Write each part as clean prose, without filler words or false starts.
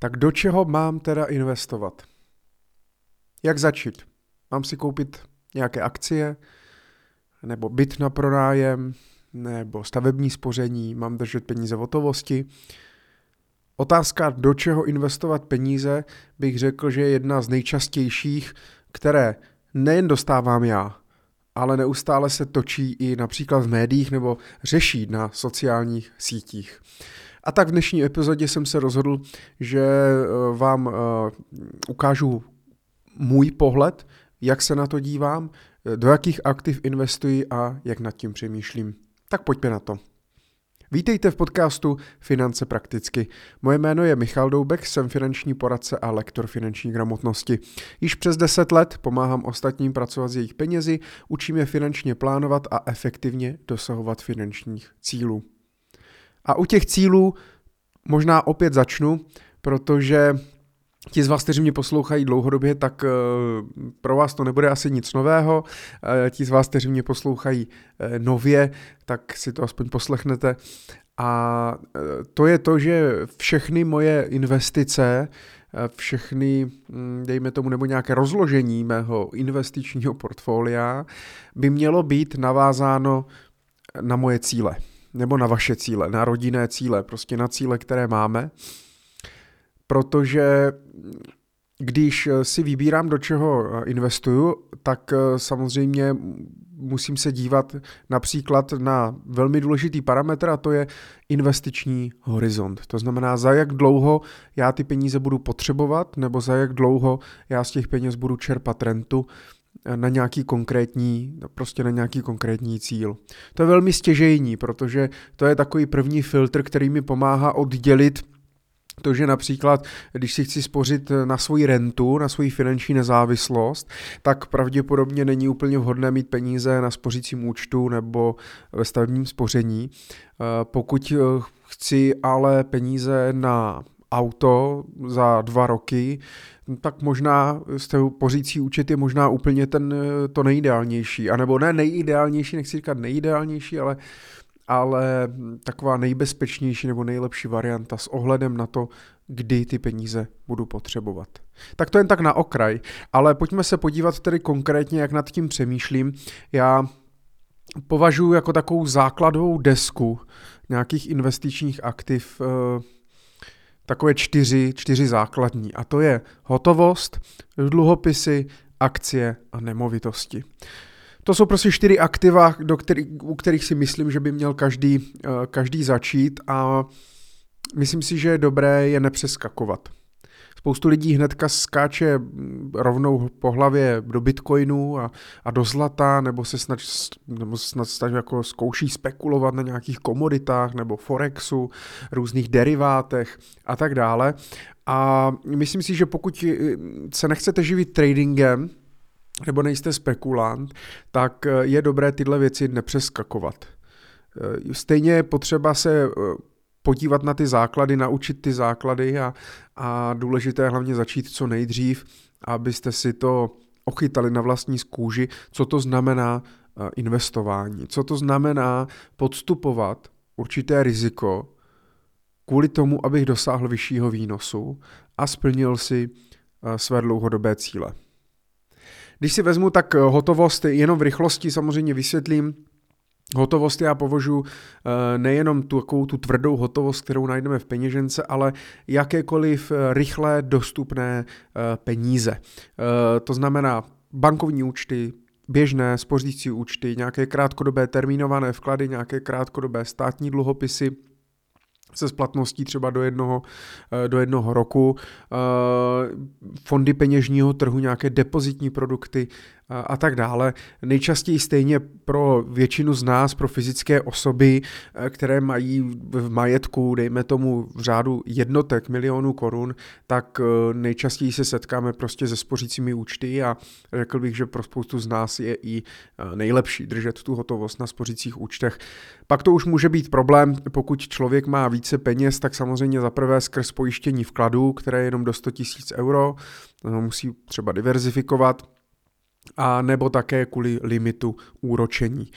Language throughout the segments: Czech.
Tak do čeho mám teda investovat? Jak začít? Mám si koupit nějaké akcie, nebo byt na pronájem, nebo stavební spoření, mám držet peníze v hotovosti? Otázka, do čeho investovat peníze, bych řekl, že je jedna z nejčastějších, které nejen dostávám já, ale neustále se točí i například v médiích nebo řeší na sociálních sítích. A tak v dnešní epizodě jsem se rozhodl, že vám ukážu můj pohled, jak se na to dívám, do jakých aktiv investuji a jak nad tím přemýšlím. Tak pojďme na to. Vítejte v podcastu Finance prakticky. Moje jméno je Michal Doubek, jsem finanční poradce a lektor finanční gramotnosti. Již přes 10 let pomáhám ostatním pracovat s jejich penězi, učím je finančně plánovat a efektivně dosahovat finančních cílů. A u těch cílů možná opět začnu, protože ti z vás, kteří mě poslouchají dlouhodobě, tak pro vás to nebude asi nic nového. Ti z vás, kteří mě poslouchají nově, tak si to aspoň poslechnete. A to je to, že všechny moje investice, všechny, dejme tomu, nebo nějaké rozložení mého investičního portfolia by mělo být navázáno na moje cíle, nebo na vaše cíle, na rodinné cíle, prostě na cíle, které máme. Protože když si vybírám, do čeho investuju, tak samozřejmě musím se dívat například na velmi důležitý parametr, a to je investiční horizont. To znamená, za jak dlouho já ty peníze budu potřebovat, nebo za jak dlouho já z těch peněz budu čerpat rentu na nějaký konkrétní cíl. To je velmi stěžejní, protože to je takový první filtr, který mi pomáhá oddělit to, že například, když si chci spořit na svoji rentu, na svoji finanční nezávislost, tak pravděpodobně není úplně vhodné mít peníze na spořícím účtu nebo ve stavebním spoření. Pokud chci ale peníze na auto za 2 roky, tak možná pořící účet je možná úplně to nejideálnější. A nebo ne nejideálnější, nechci říkat nejideálnější, ale taková nejbezpečnější nebo nejlepší varianta s ohledem na to, kdy ty peníze budu potřebovat. Tak to jen tak na okraj, ale pojďme se podívat tedy konkrétně, jak nad tím přemýšlím. Já považuji jako takovou základovou desku nějakých investičních aktiv takové 4 základní, a to je hotovost, dluhopisy, akcie a nemovitosti. To jsou prostě 4 aktiva, u kterých si myslím, že by měl každý začít, a myslím si, že je dobré je nepřeskakovat. Spoustu lidí hnedka skáče rovnou po hlavě do bitcoinu a do zlata, nebo se snad jako zkouší spekulovat na nějakých komoditách nebo forexu, různých derivátech a tak dále. A myslím si, že pokud se nechcete živit tradingem, nebo nejste spekulant, tak je dobré tyhle věci nepřeskakovat. Stejně je potřeba se podívat na ty základy, naučit ty základy a důležité je hlavně začít co nejdřív, abyste si to ochytali na vlastní kůži, co to znamená investování, co to znamená podstupovat určité riziko kvůli tomu, abych dosáhl vyššího výnosu a splnil si své dlouhodobé cíle. Když si vezmu, tak hotovost, jenom v rychlosti samozřejmě vysvětlím. Hotovost já považuji nejenom tu tvrdou hotovost, kterou najdeme v peněžence, ale jakékoliv rychlé dostupné peníze. To znamená bankovní účty, běžné spořící účty, nějaké krátkodobé termínované vklady, nějaké krátkodobé státní dluhopisy se splatností třeba do jednoho roku, fondy peněžního trhu, nějaké depozitní produkty a tak dále. Nejčastěji stejně pro většinu z nás, pro fyzické osoby, které mají v majetku, dejme tomu v řádu jednotek milionů korun, tak nejčastěji se setkáme prostě se spořícími účty a řekl bych, že pro spoustu z nás je i nejlepší držet tu hotovost na spořících účtech. Pak to už může být problém, pokud člověk má více peněz, tak samozřejmě zaprvé skrz pojištění vkladů, které je jenom do 100 000 euro, musí třeba diverzifikovat, a nebo také kvůli limitu úročení.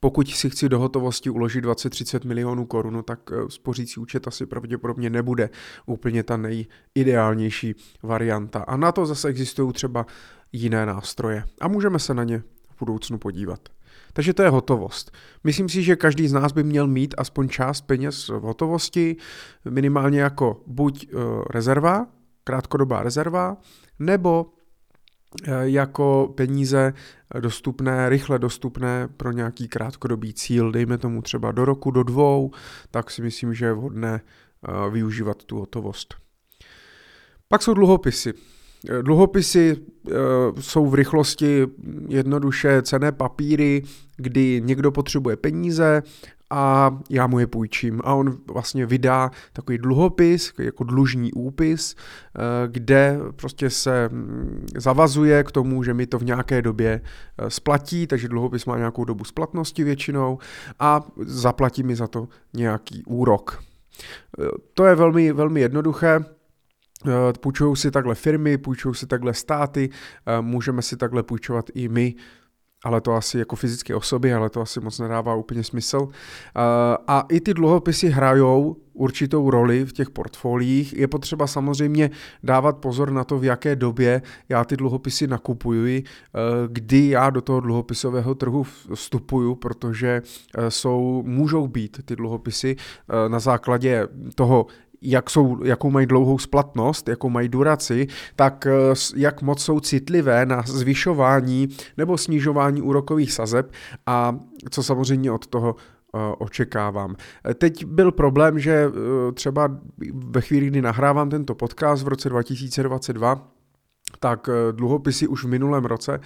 pokud si chci do hotovosti uložit 20-30 milionů korun, tak spořící účet asi pravděpodobně nebude úplně ta nejideálnější varianta. A na to zase existují třeba jiné nástroje a můžeme se na ně v budoucnu podívat. Takže to je hotovost. Myslím si, že každý z nás by měl mít aspoň část peněz v hotovosti, minimálně jako buď rezerva, krátkodobá rezerva, nebo jako peníze dostupné, rychle dostupné pro nějaký krátkodobý cíl, dejme tomu třeba do roku, do 2, tak si myslím, že je vhodné využívat tu hotovost. Pak jsou dluhopisy. Dluhopisy jsou v rychlosti jednoduše cenné papíry, kdy někdo potřebuje peníze a já mu je půjčím. A on vlastně vydá takový dluhopis, jako dlužní úpis, kde prostě se zavazuje k tomu, že mi to v nějaké době splatí, takže dluhopis má nějakou dobu splatnosti většinou a zaplatí mi za to nějaký úrok. To je velmi, velmi jednoduché. Půjčují si takhle firmy, půjčují si takhle státy, můžeme si takhle půjčovat i my, ale to asi jako fyzické osoby, ale to asi moc nedává úplně smysl. A i ty dluhopisy hrajou určitou roli v těch portfoliích. Je potřeba samozřejmě dávat pozor na to, v jaké době já ty dluhopisy nakupuji, kdy já do toho dluhopisového trhu vstupuju, protože můžou být ty dluhopisy na základě toho, jakou mají dlouhou splatnost, jakou mají duraci, tak jak moc jsou citlivé na zvyšování nebo snižování úrokových sazeb a co samozřejmě od toho očekávám. Teď byl problém, že třeba ve chvíli, kdy nahrávám tento podcast v roce 2022, tak dluhopisy už v minulém roce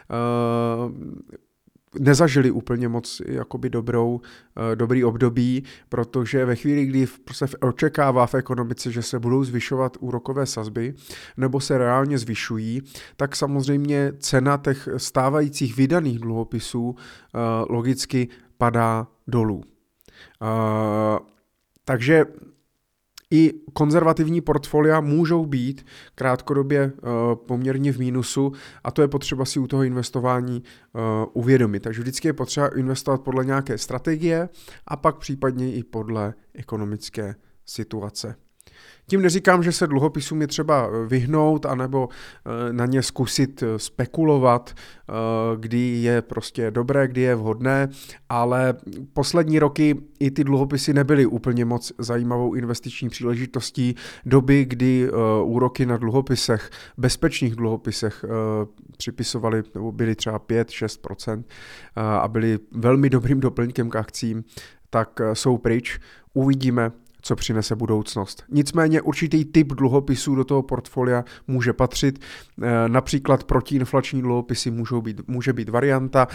nezažili úplně moc jakoby dobrý období, protože ve chvíli, kdy se očekává v ekonomice, že se budou zvyšovat úrokové sazby nebo se reálně zvyšují, tak samozřejmě cena těch stávajících vydaných dluhopisů logicky padá dolů. Takže i konzervativní portfolia můžou být krátkodobě poměrně v mínusu a to je potřeba si u toho investování uvědomit. Takže vždycky je potřeba investovat podle nějaké strategie a pak případně i podle ekonomické situace. Tím neříkám, že se dluhopisům je třeba vyhnout anebo na ně zkusit spekulovat, kdy je prostě dobré, kdy je vhodné, ale poslední roky i ty dluhopisy nebyly úplně moc zajímavou investiční příležitostí. Doby, kdy úroky na dluhopisech, bezpečných dluhopisech připisovaly nebo byly třeba 5-6% a byly velmi dobrým doplňkem k akcím, tak jsou pryč. Uvidíme, co přinese budoucnost. Nicméně určitý typ dluhopisů do toho portfolia může patřit. Například protiinflační dluhopisy může být varianta.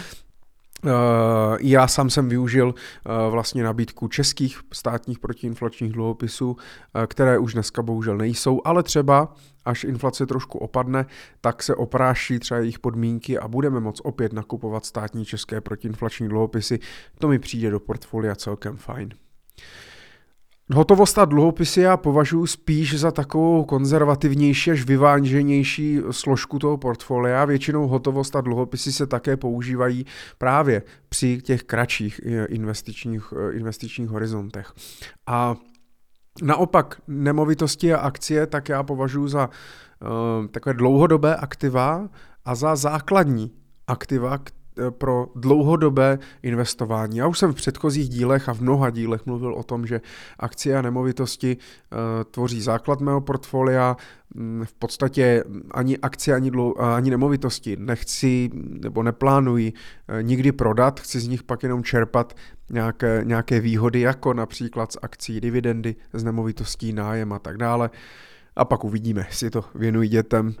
Já sám jsem využil vlastně nabídku českých státních protiinflačních dluhopisů, které už dneska bohužel nejsou, ale třeba až inflace trošku opadne, tak se opráší třeba jejich podmínky a budeme moct opět nakupovat státní české protiinflační dluhopisy. To mi přijde do portfolia celkem fajn. Hotovost a dluhopisy já považuji spíš za takovou konzervativnější až vyváženější složku toho portfolia. Většinou hotovost a dluhopisy se také používají právě při těch kratších investičních horizontech. A naopak nemovitosti a akcie tak já považuji za takové dlouhodobé aktiva a za základní aktiva pro dlouhodobé investování. Já už jsem v předchozích dílech a v mnoha dílech mluvil o tom, že akcie a nemovitosti tvoří základ mého portfolia. V podstatě ani akcie, ani nemovitosti nechci nebo neplánuji nikdy prodat, chci z nich pak jenom čerpat nějaké výhody, jako například z akcí, dividendy, z nemovitostí, nájem a tak dále. A pak uvidíme, jestli to věnuji dětem,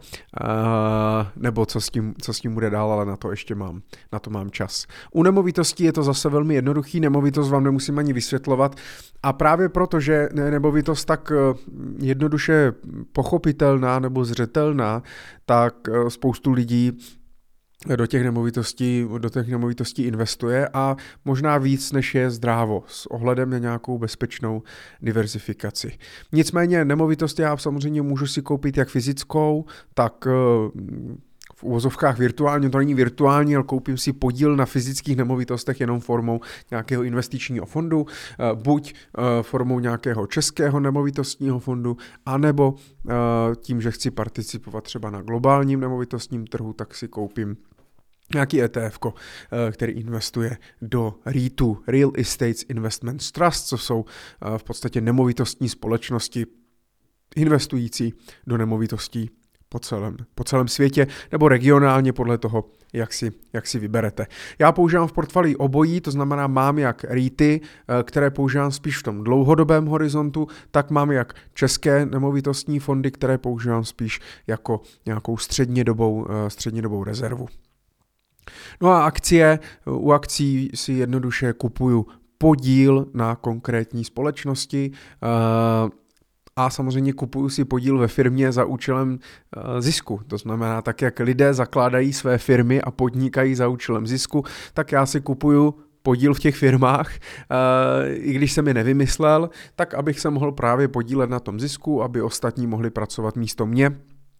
nebo co s tím bude dál, ale na to mám čas. U nemovitostí je to zase velmi jednoduchý, nemovitost vám nemusím ani vysvětlovat a právě proto, že nemovitost tak jednoduše pochopitelná nebo zřetelná, tak spoustu lidí do těch nemovitostí investuje a možná víc, než je zdrávo s ohledem na nějakou bezpečnou diverzifikaci. Nicméně nemovitost já samozřejmě můžu si koupit jak fyzickou, tak v uvozovkách virtuálně, to není virtuální, ale koupím si podíl na fyzických nemovitostech jenom formou nějakého investičního fondu, buď formou nějakého českého nemovitostního fondu, anebo tím, že chci participovat třeba na globálním nemovitostním trhu, tak si koupím nějaký ETF, který investuje do REITu, Real Estate Investment Trust, co jsou v podstatě nemovitostní společnosti investující do nemovitostí po celém světě nebo regionálně podle toho, jak si vyberete. Já používám v portfoliu obojí, to znamená mám jak REITy, které používám spíš v tom dlouhodobém horizontu, tak mám jak české nemovitostní fondy, které používám spíš jako nějakou střednědobou rezervu. No a akcie, u akcí si jednoduše kupuju podíl na konkrétní společnosti a samozřejmě kupuju si podíl ve firmě za účelem zisku. To znamená, tak jak lidé zakládají své firmy a podnikají za účelem zisku, tak já si kupuju podíl v těch firmách, i když jsem je nevymyslel, tak abych se mohl právě podílet na tom zisku, aby ostatní mohli pracovat místo mě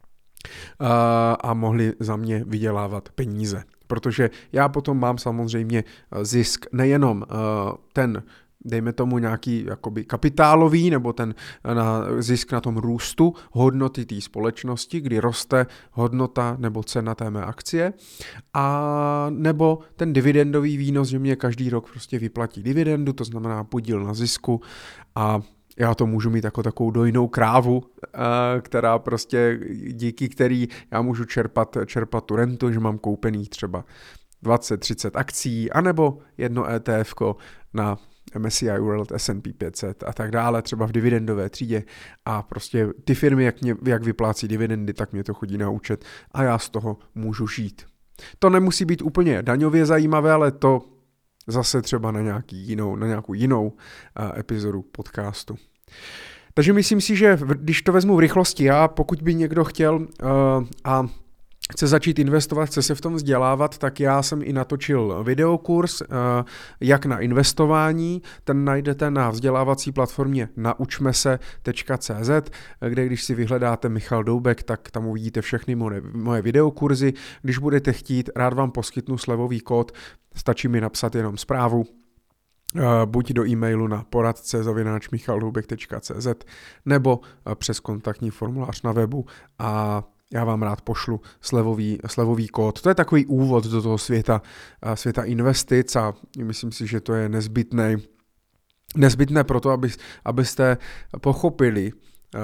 a mohli za mě vydělávat peníze. Protože já potom mám samozřejmě zisk nejenom ten, dejme tomu nějaký jakoby kapitálový, nebo ten zisk na tom růstu hodnoty té společnosti, kdy roste hodnota nebo cena té mé akcie, a nebo ten dividendový výnos, že mě každý rok prostě vyplatí dividendu, to znamená podíl na zisku, a já to můžu mít jako takovou dojnou krávu, která prostě, díky který já můžu čerpat tu rentu, že mám koupených třeba 20-30 akcí, anebo jedno ETF na MSCI World, S&P 500 a tak dále, třeba v dividendové třídě, a prostě ty firmy, jak vyplácí dividendy, tak mě to chodí na účet a já z toho můžu žít. To nemusí být úplně daňově zajímavé, ale to zase třeba na nějakou jinou epizodu podcastu. Takže myslím si, že když to vezmu v rychlosti, pokud by někdo chtěl a chce začít investovat, chce se v tom vzdělávat, tak já jsem i natočil videokurs, jak na investování. Ten najdete na vzdělávací platformě naučmese.cz, kde když si vyhledáte Michal Doubek, tak tam uvidíte všechny moje videokurzy. Když budete chtít, rád vám poskytnu slevový kód, stačí mi napsat jenom zprávu, buď do e-mailu na poradce@michaldoubek.cz nebo přes kontaktní formulář na webu, a já vám rád pošlu slevový kód. To je takový úvod do toho světa investic a myslím si, že to je nezbytné pro to, abyste pochopili,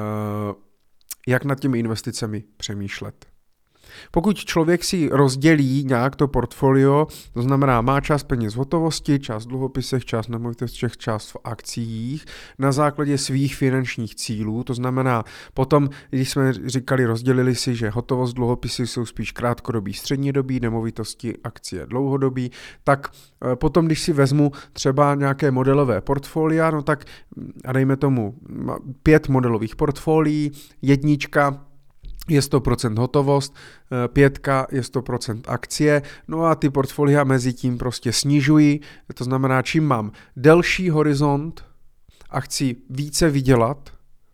jak nad těmi investicemi přemýšlet. Pokud člověk si rozdělí nějak to portfolio, to znamená má část peněz v hotovosti, část v dluhopisech, část v nemovitostech, část v akciích, na základě svých finančních cílů, to znamená potom, když jsme rozdělili si, že hotovost, dluhopisy jsou spíš krátkodobí, střednědobí, nemovitosti, akcie dlouhodobí, tak potom, když si vezmu třeba nějaké modelové portfolia, no tak a dejme tomu 5 modelových portfolií, jednička je 100% hotovost, 5 je 100% akcie, no a ty portfolia mezi tím prostě snižují, to znamená, čím mám delší horizont a chci více vydělat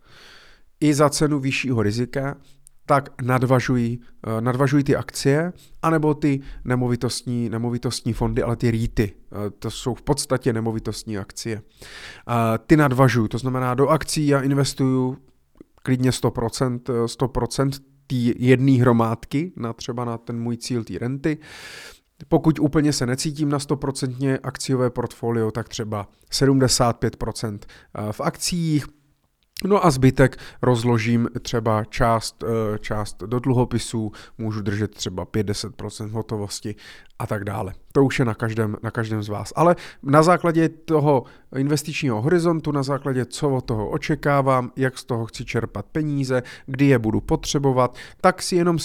i za cenu vyššího rizika, tak nadvažují ty akcie, anebo ty nemovitostní fondy, ale ty REITy, to jsou v podstatě nemovitostní akcie. Ty nadvažují, to znamená, do akcí já investuju klidně 100% té jedné hromádky třeba na ten můj cíl té renty. Pokud úplně se necítím na 100% akciové portfolio, tak třeba 75% v akcích. No a zbytek rozložím třeba část do dluhopisů, můžu držet třeba 5-10% hotovosti a tak dále. To už je na každém z vás. Ale na základě toho investičního horizontu, na základě co od toho očekávám, jak z toho chci čerpat peníze, kdy je budu potřebovat, tak si jenom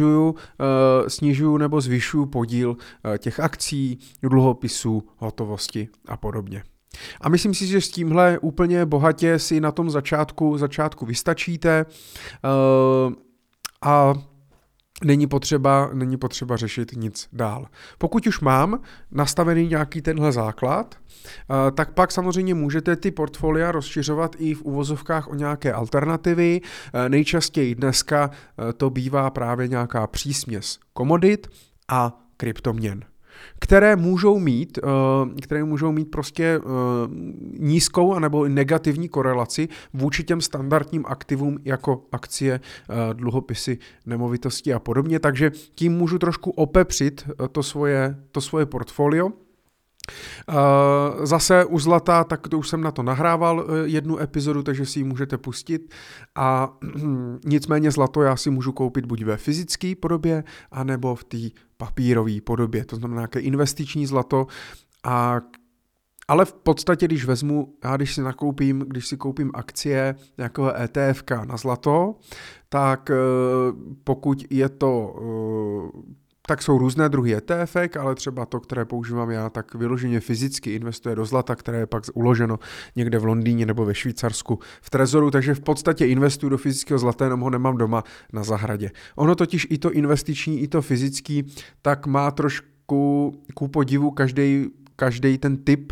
snižuju nebo zvyšuju podíl těch akcí, dluhopisů, hotovosti a podobně. A myslím si, že s tímhle úplně bohatě si na tom začátku vystačíte a není potřeba řešit nic dál. Pokud už mám nastavený nějaký tenhle základ, tak pak samozřejmě můžete ty portfolia rozšiřovat i v uvozovkách o nějaké alternativy. Nejčastěji dneska to bývá právě nějaká přísměs komodit a kryptoměn, které můžou mít prostě nízkou anebo negativní korelaci vůči těm standardním aktivům jako akcie, dluhopisy, nemovitosti a podobně, takže tím můžu trošku opepřit to svoje portfolio. Zase u zlata, tak to už jsem na to nahrával jednu epizodu, takže si ji můžete pustit a nicméně zlato já si můžu koupit buď ve fyzické podobě, anebo v té papírové podobě, to znamená nějaké investiční zlato, ale v podstatě, když si koupím akcie nějakého ETFka na zlato, tak pokud je to tak jsou různé druhy ETFek, ale třeba to, které používám já, tak vyloženě fyzicky investuje do zlata, které je pak uloženo někde v Londýně nebo ve Švýcarsku v trezoru, takže v podstatě investuju do fyzického zlata, jenom ho nemám doma na zahradě. Ono totiž i to investiční, i to fyzický, tak má trošku ku podivu každý ten typ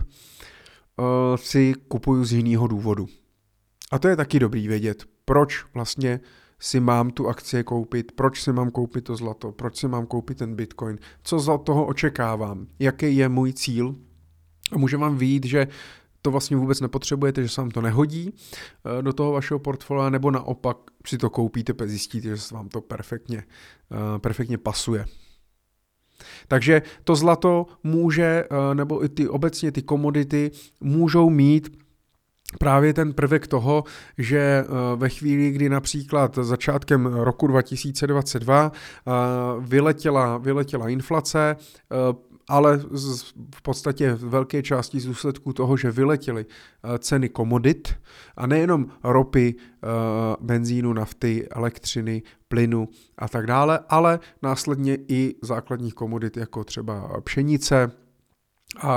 si kupuju z jiného důvodu. A to je taky dobrý vědět, proč vlastně si mám tu akcie koupit, proč si mám koupit to zlato, proč si mám koupit ten bitcoin, co za toho očekávám, jaký je můj cíl. A může vám vyjít, že to vlastně vůbec nepotřebujete, že se vám to nehodí do toho vašeho portfolia, nebo naopak si to koupíte, zjistíte, že se vám to perfektně pasuje. Takže to zlato může, nebo i obecně ty komodity můžou mít právě ten prvek toho, že ve chvíli, kdy například začátkem roku 2022 vyletěla inflace, ale v podstatě v velké části z důsledku toho, že vyletěly ceny komodit a nejenom ropy, benzínu, nafty, elektřiny, plynu a tak dále, ale následně i základních komodit jako třeba pšenice a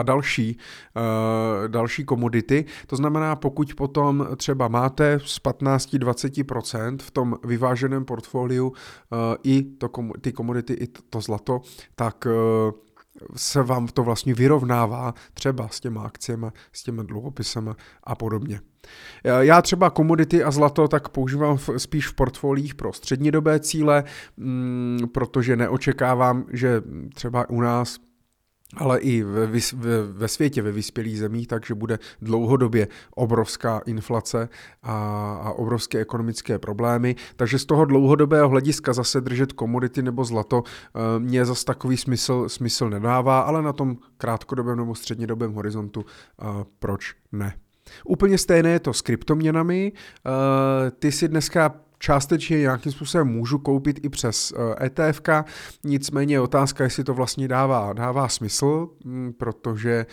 další komodity. To znamená, pokud potom třeba máte z 15-20% v tom vyváženém portfoliu i ty komodity, i to zlato, tak se vám to vlastně vyrovnává třeba s těma akciemi, s těma dluhopisama a podobně. Já třeba komodity a zlato tak používám spíš v portfoliích pro střednědobé cíle, protože neočekávám, že třeba u nás, ale i ve světě, ve vyspělých zemích, takže bude dlouhodobě obrovská inflace a obrovské ekonomické problémy. Takže z toho dlouhodobého hlediska zase držet komodity nebo zlato mě zase takový smysl nedává, ale na tom krátkodobém nebo střednědobém horizontu proč ne. Úplně stejné je to s kryptoměnami. Ty si dneska částečně nějakým způsobem můžu koupit i přes ETFka, nicméně je otázka, jestli to vlastně dává smysl, protože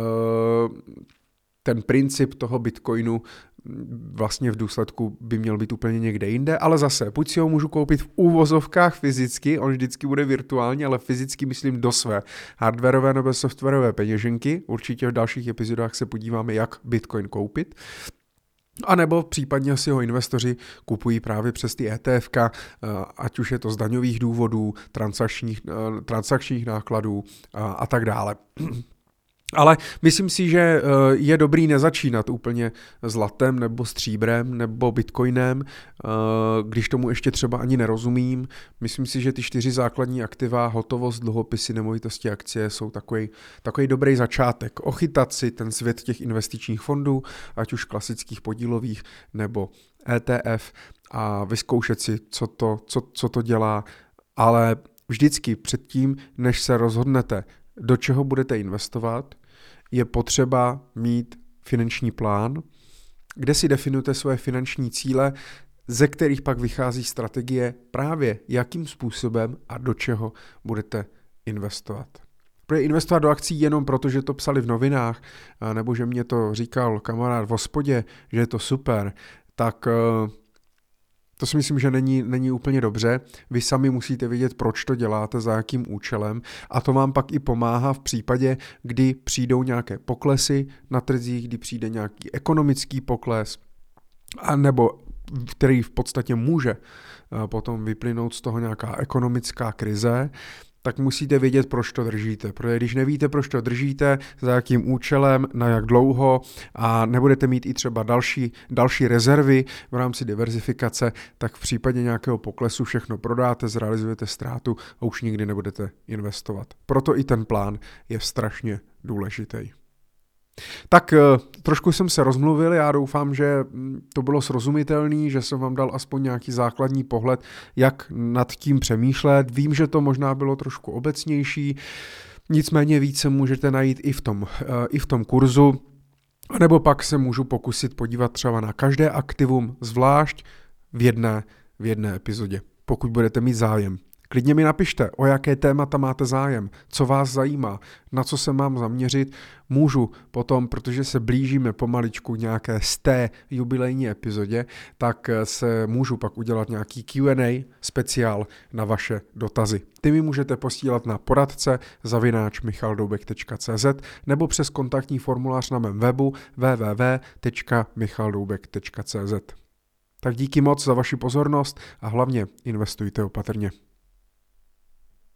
ten princip toho bitcoinu vlastně v důsledku by měl být úplně někde jinde, ale zase, buď si ho můžu koupit v úvozovkách fyzicky, on vždycky bude virtuální, ale fyzicky myslím do své hardwareové nebo softwarové peněženky, určitě v dalších epizodách se podíváme, jak bitcoin koupit. A nebo případně si ho investoři kupují právě přes ty ETFka, ať už je to z daňových důvodů, transakčních nákladů a tak dále. Ale myslím si, že je dobrý nezačínat úplně zlatem nebo stříbrem nebo bitcoinem, když tomu ještě třeba ani nerozumím. Myslím si, že ty 4 základní aktiva, hotovost, dluhopisy, nemovitosti, akcie jsou takový dobrý začátek. Ochytat si ten svět těch investičních fondů, ať už klasických podílových nebo ETF a vyzkoušet si, co to dělá, ale vždycky předtím, než se rozhodnete, do čeho budete investovat, je potřeba mít finanční plán, kde si definujete svoje finanční cíle, ze kterých pak vychází strategie právě jakým způsobem a do čeho budete investovat. Protože investovat do akcí jenom proto, že to psali v novinách, nebo že mě to říkal kamarád v hospodě, že je to super, tak to si myslím, že není úplně dobře. Vy sami musíte vědět, proč to děláte, za jakým účelem a to vám pak i pomáhá v případě, kdy přijdou nějaké poklesy na trzích, kdy přijde nějaký ekonomický pokles, a nebo který v podstatě může potom vyplynout z toho nějaká ekonomická krize, tak musíte vědět, proč to držíte. Protože když nevíte, proč to držíte, za jakým účelem, na jak dlouho a nebudete mít i třeba další rezervy v rámci diverzifikace, tak v případě nějakého poklesu všechno prodáte, zrealizujete ztrátu a už nikdy nebudete investovat. Proto i ten plán je strašně důležitý. Tak trošku jsem se rozmluvil, já doufám, že to bylo srozumitelné, že jsem vám dal aspoň nějaký základní pohled, jak nad tím přemýšlet. Vím, že to možná bylo trošku obecnější, nicméně více můžete najít i v tom kurzu, nebo pak se můžu pokusit podívat třeba na každé aktivum zvlášť v jedné epizodě, pokud budete mít zájem. Klidně mi napište, o jaké témata máte zájem, co vás zajímá, na co se mám zaměřit. Můžu potom, protože se blížíme pomaličku nějaké 100. jubilejní epizodě, tak se můžu pak udělat nějaký Q&A speciál na vaše dotazy. Ty mi můžete posílat na poradce@michaldoubek.cz nebo přes kontaktní formulář na mém webu www.michaldoubek.cz. Tak díky moc za vaši pozornost a hlavně investujte opatrně.